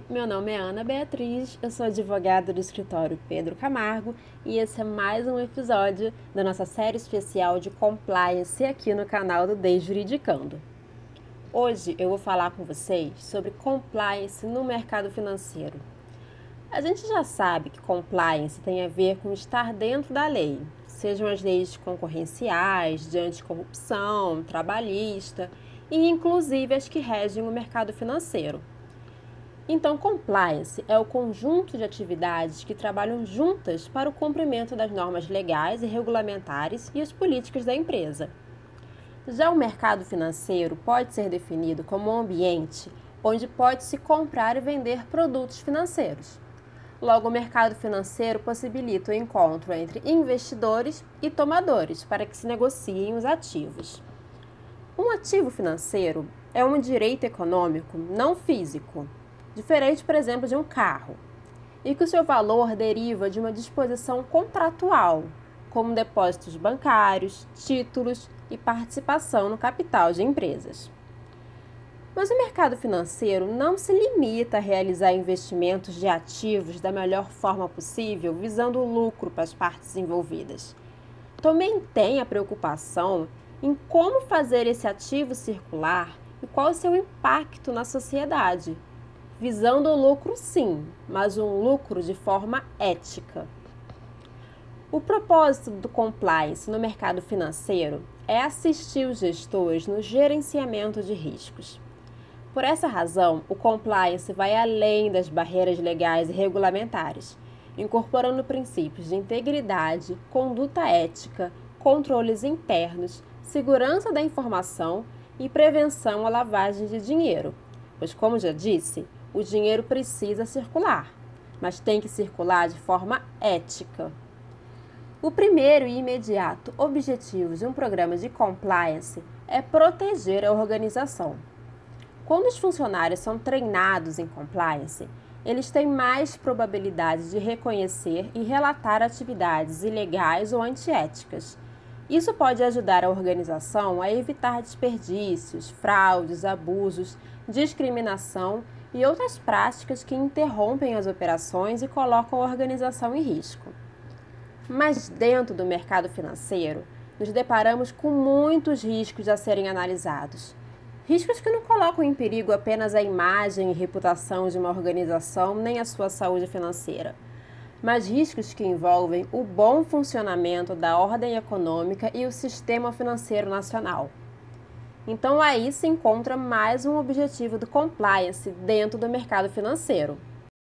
meu nome é Ana Beatriz, eu sou advogada do escritório Pedro Camargo e esse é mais um episódio da nossa série especial de compliance aqui no canal do Desjuridicando. Hoje eu vou falar com vocês sobre compliance no mercado financeiro. A gente já sabe que compliance tem a ver com estar dentro da lei, sejam as leis concorrenciais, de anticorrupção, trabalhista e inclusive as que regem o mercado financeiro. Então, compliance é o conjunto de atividades que trabalham juntas para o cumprimento das normas legais e regulamentares e as políticas da empresa. Já o mercado financeiro pode ser definido como um ambiente onde pode-se comprar e vender produtos financeiros. Logo, o mercado financeiro possibilita o encontro entre investidores e tomadores para que se negociem os ativos. Um ativo financeiro é um direito econômico não físico, diferente, por exemplo, de um carro, e que o seu valor deriva de uma disposição contratual, como depósitos bancários, títulos e participação no capital de empresas. Mas o mercado financeiro não se limita a realizar investimentos de ativos da melhor forma possível, visando o lucro para as partes envolvidas. Também tem a preocupação em como fazer esse ativo circular e qual o seu impacto na sociedade, visando o lucro sim, mas um lucro de forma ética. O propósito do compliance no mercado financeiro é assistir os gestores no gerenciamento de riscos. Por essa razão, o compliance vai além das barreiras legais e regulamentares, incorporando princípios de integridade, conduta ética, controles internos, segurança da informação e prevenção à lavagem de dinheiro, pois, como já disse, o dinheiro precisa circular, mas tem que circular de forma ética. O primeiro e imediato objetivo de um programa de compliance é proteger a organização. Quando os funcionários são treinados em compliance, eles têm mais probabilidade de reconhecer e relatar atividades ilegais ou antiéticas. Isso pode ajudar a organização a evitar desperdícios, fraudes, abusos, discriminação e outras práticas que interrompem as operações e colocam a organização em risco. Mas dentro do mercado financeiro, nos deparamos com muitos riscos a serem analisados. Riscos que não colocam em perigo apenas a imagem e reputação de uma organização nem a sua saúde financeira, mas riscos que envolvem o bom funcionamento da ordem econômica e o sistema financeiro nacional. Então aí se encontra mais um objetivo do compliance dentro do mercado financeiro.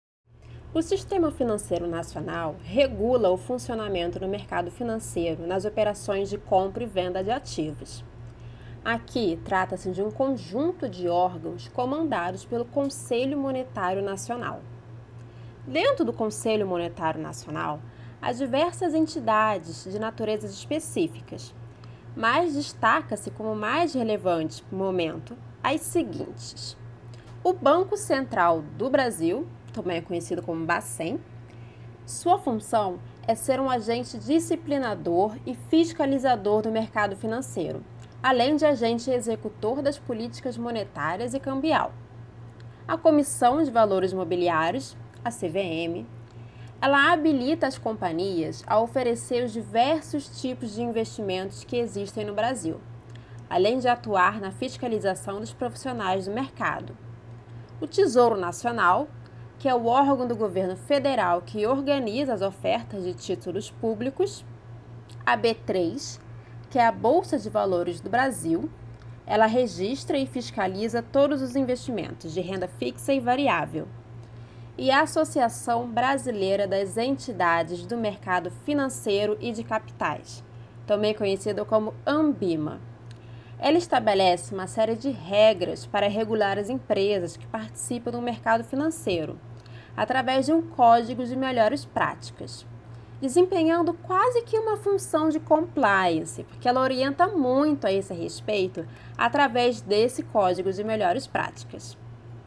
O Sistema Financeiro Nacional regula o funcionamento do mercado financeiro nas operações de compra e venda de ativos. Aqui trata-se de um conjunto de órgãos comandados pelo Conselho Monetário Nacional. Dentro do Conselho Monetário Nacional, há diversas entidades de naturezas específicas, mas destaca-se como mais relevante no momento as seguintes: o Banco Central do Brasil, também é conhecido como Bacen. Sua função é ser um agente disciplinador e fiscalizador do mercado financeiro, além de agente executor das políticas monetárias e cambial. A Comissão de Valores Mobiliários, a CVM, ela habilita as companhias a oferecer os diversos tipos de investimentos que existem no Brasil, além de atuar na fiscalização dos profissionais do mercado. O Tesouro Nacional, que é o órgão do governo federal que organiza as ofertas de títulos públicos. A B3, que é a Bolsa de Valores do Brasil, ela registra e fiscaliza todos os investimentos de renda fixa e variável. E a Associação Brasileira das Entidades do Mercado Financeiro e de Capitais, também conhecida como ANBIMA. Ela estabelece uma série de regras para regular as empresas que participam do mercado financeiro, através de um código de melhores práticas, desempenhando quase que uma função de compliance, porque ela orienta muito a esse respeito através desse código de melhores práticas.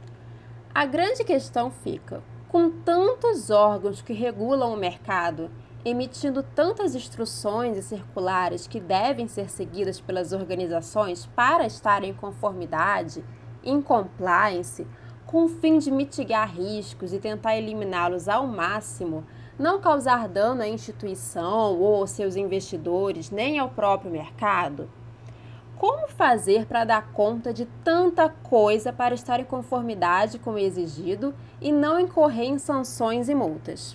A grande questão fica, com tantos órgãos que regulam o mercado, emitindo tantas instruções e circulares que devem ser seguidas pelas organizações para estarem em conformidade, em compliance, com o fim de mitigar riscos e tentar eliminá-los ao máximo, não causar dano à instituição ou aos seus investidores, nem ao próprio mercado? Como fazer para dar conta de tanta coisa para estar em conformidade com o exigido e não incorrer em sanções e multas?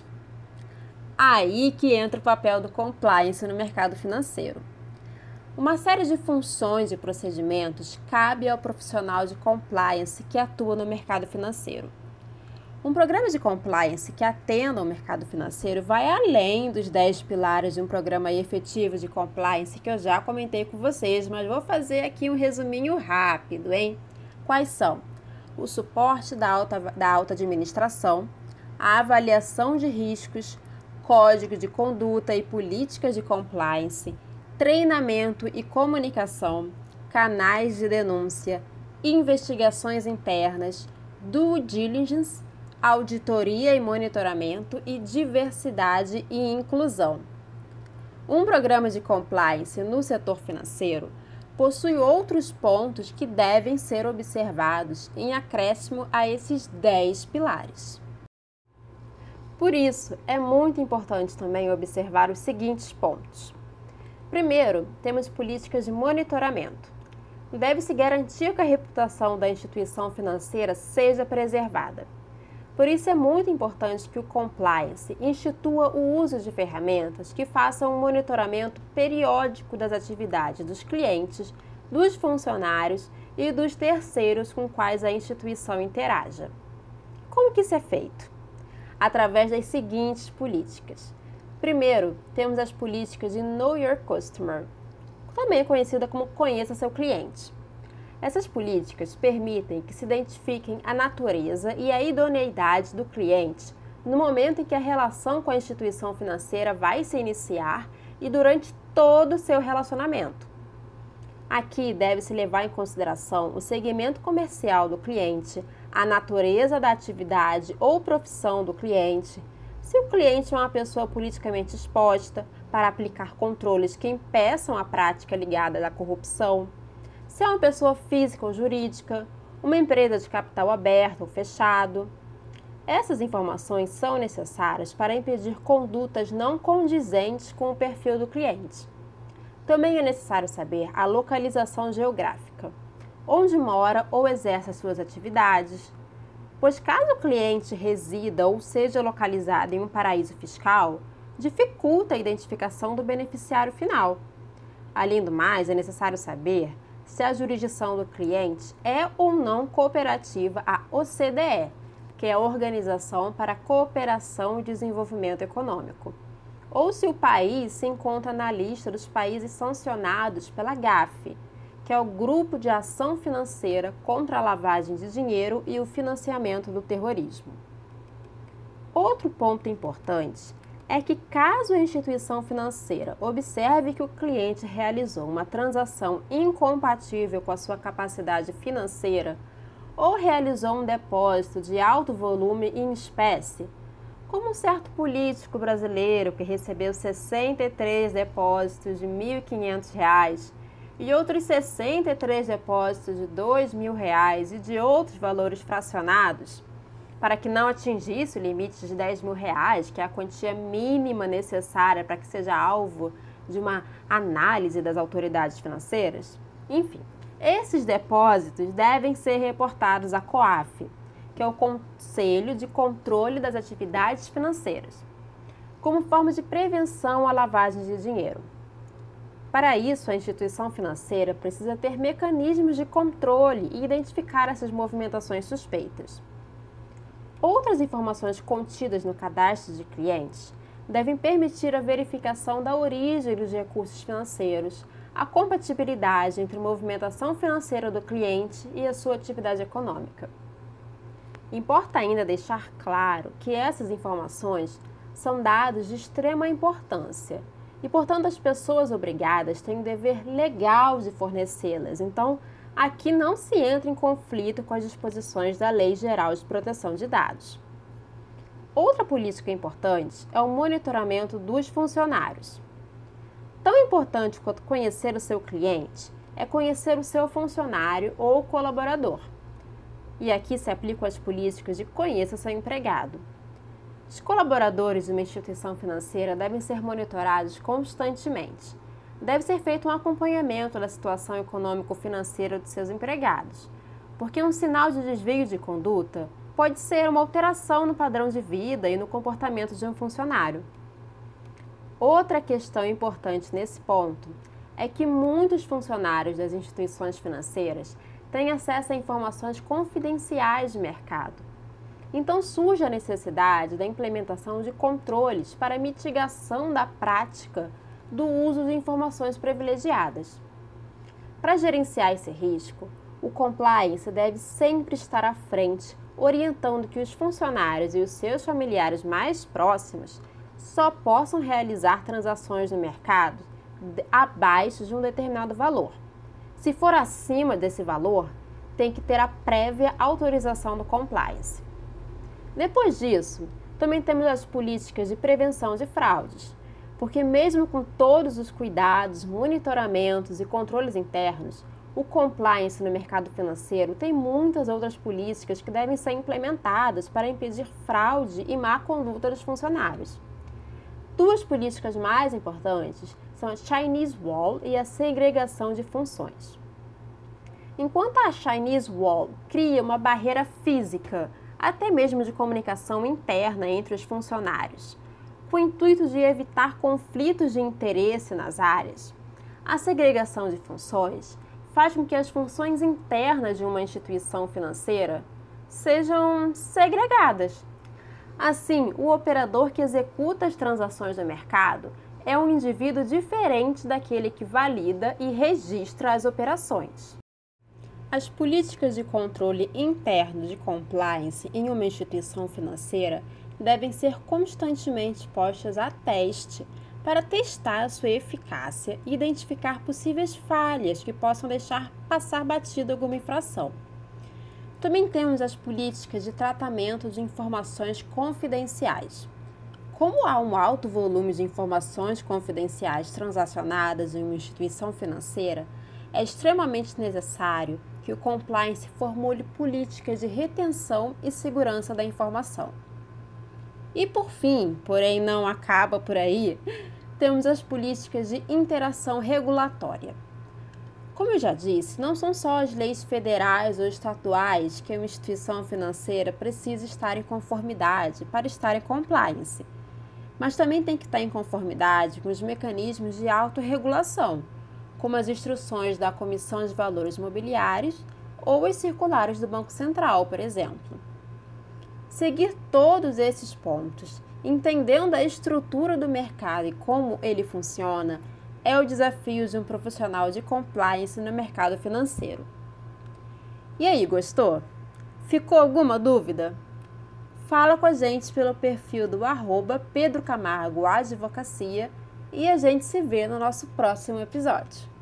Aí que entra o papel do compliance no mercado financeiro. Uma série de funções e procedimentos cabe ao profissional de compliance que atua no mercado financeiro. Um programa de compliance que atenda ao mercado financeiro vai além dos 10 pilares de um programa efetivo de compliance que eu já comentei com vocês, mas vou fazer aqui um resuminho rápido, hein? Quais são? O suporte da alta administração, a avaliação de riscos, código de conduta e políticas de compliance, treinamento e comunicação, canais de denúncia, investigações internas, due diligence, auditoria e monitoramento e diversidade e inclusão. Um programa de compliance no setor financeiro possui outros pontos que devem ser observados em acréscimo a esses 10 pilares. Por isso, é muito importante também observar os seguintes pontos. Primeiro, temos políticas de monitoramento. Deve-se garantir que a reputação da instituição financeira seja preservada. Por isso é muito importante que o compliance institua o uso de ferramentas que façam um monitoramento periódico das atividades dos clientes, dos funcionários e dos terceiros com quais a instituição interaja. Como que isso é feito? Através das seguintes políticas. Primeiro, temos as políticas de Know Your Customer, também conhecida como Conheça Seu Cliente. Essas políticas permitem que se identifiquem a natureza e a idoneidade do cliente no momento em que a relação com a instituição financeira vai se iniciar e durante todo o seu relacionamento. Aqui deve-se levar em consideração o segmento comercial do cliente, a natureza da atividade ou profissão do cliente, se o cliente é uma pessoa politicamente exposta para aplicar controles que impeçam a prática ligada à corrupção, se é uma pessoa física ou jurídica, uma empresa de capital aberto ou fechado. Essas informações são necessárias para impedir condutas não condizentes com o perfil do cliente. Também é necessário saber a localização geográfica, onde mora ou exerce as suas atividades, pois caso o cliente resida ou seja localizado em um paraíso fiscal, dificulta a identificação do beneficiário final. Além do mais, é necessário saber se a jurisdição do cliente é ou não cooperativa à OCDE, que é a Organização para a Cooperação e Desenvolvimento Econômico, ou se o país se encontra na lista dos países sancionados pela GAFI, que é o Grupo de Ação Financeira contra a Lavagem de Dinheiro e o Financiamento do Terrorismo. Outro ponto importante é que, caso a instituição financeira observe que o cliente realizou uma transação incompatível com a sua capacidade financeira ou realizou um depósito de alto volume em espécie, como um certo político brasileiro que recebeu 63 depósitos de R$ 1.500 e outros 63 depósitos de R$ 2.000 e de outros valores fracionados, para que não atingisse o limite de R$ 10.000, que é a quantia mínima necessária para que seja alvo de uma análise das autoridades financeiras. Enfim, esses depósitos devem ser reportados à COAF, que é o Conselho de Controle das Atividades Financeiras, como forma de prevenção à lavagem de dinheiro. Para isso, a instituição financeira precisa ter mecanismos de controle e identificar essas movimentações suspeitas. Outras informações contidas no cadastro de clientes devem permitir a verificação da origem dos recursos financeiros, a compatibilidade entre a movimentação financeira do cliente e a sua atividade econômica. Importa ainda deixar claro que essas informações são dados de extrema importância e, portanto, as pessoas obrigadas têm o dever legal de fornecê-las. Então, aqui não se entra em conflito com as disposições da Lei Geral de Proteção de Dados. Outra política importante é o monitoramento dos funcionários. Tão importante quanto conhecer o seu cliente é conhecer o seu funcionário ou colaborador. e aqui se aplicam as políticas de conheça seu empregado. Os colaboradores de uma instituição financeira devem ser monitorados constantemente. Deve ser feito um acompanhamento da situação econômico-financeira de seus empregados, porque um sinal de desvio de conduta pode ser uma alteração no padrão de vida e no comportamento de um funcionário. Outra questão importante nesse ponto é que muitos funcionários das instituições financeiras têm acesso a informações confidenciais de mercado. Então surge a necessidade da implementação de controles para mitigação da prática do uso de informações privilegiadas. Para gerenciar esse risco, o compliance deve sempre estar à frente, orientando que os funcionários e os seus familiares mais próximos só possam realizar transações no mercado abaixo de um determinado valor. Se for acima desse valor, tem que ter a prévia autorização do compliance. Depois disso, também temos as políticas de prevenção de fraudes, porque mesmo com todos os cuidados, monitoramentos e controles internos, o compliance no mercado financeiro tem muitas outras políticas que devem ser implementadas para impedir fraude e má conduta dos funcionários. Duas políticas mais importantes são a Chinese Wall e a segregação de funções. Enquanto a Chinese Wall cria uma barreira física, até mesmo de comunicação interna entre os funcionários, com o intuito de evitar conflitos de interesse nas áreas, a segregação de funções faz com que as funções internas de uma instituição financeira sejam segregadas. Assim, o operador que executa as transações do mercado é um indivíduo diferente daquele que valida e registra as operações. As políticas de controle interno de compliance em uma instituição financeira devem ser constantemente postas a teste para testar a sua eficácia e identificar possíveis falhas que possam deixar passar batido alguma infração. Também temos as políticas de tratamento de informações confidenciais. Como há um alto volume de informações confidenciais transacionadas em uma instituição financeira, é extremamente necessário que o compliance formule políticas de retenção e segurança da informação. E por fim, porém não acaba por aí, temos as políticas de interação regulatória. Como eu já disse, não são só as leis federais ou estaduais que uma instituição financeira precisa estar em conformidade para estar em compliance, mas também tem que estar em conformidade com os mecanismos de autorregulação, como as instruções da Comissão de Valores Mobiliários ou as circulares do Banco Central, por exemplo. Seguir todos esses pontos, entendendo a estrutura do mercado e como ele funciona, é o desafio de um profissional de compliance no mercado financeiro. E aí, gostou? Ficou alguma dúvida? Fala com a gente pelo perfil do @Pedro Camargo Advocacia e a gente se vê no nosso próximo episódio.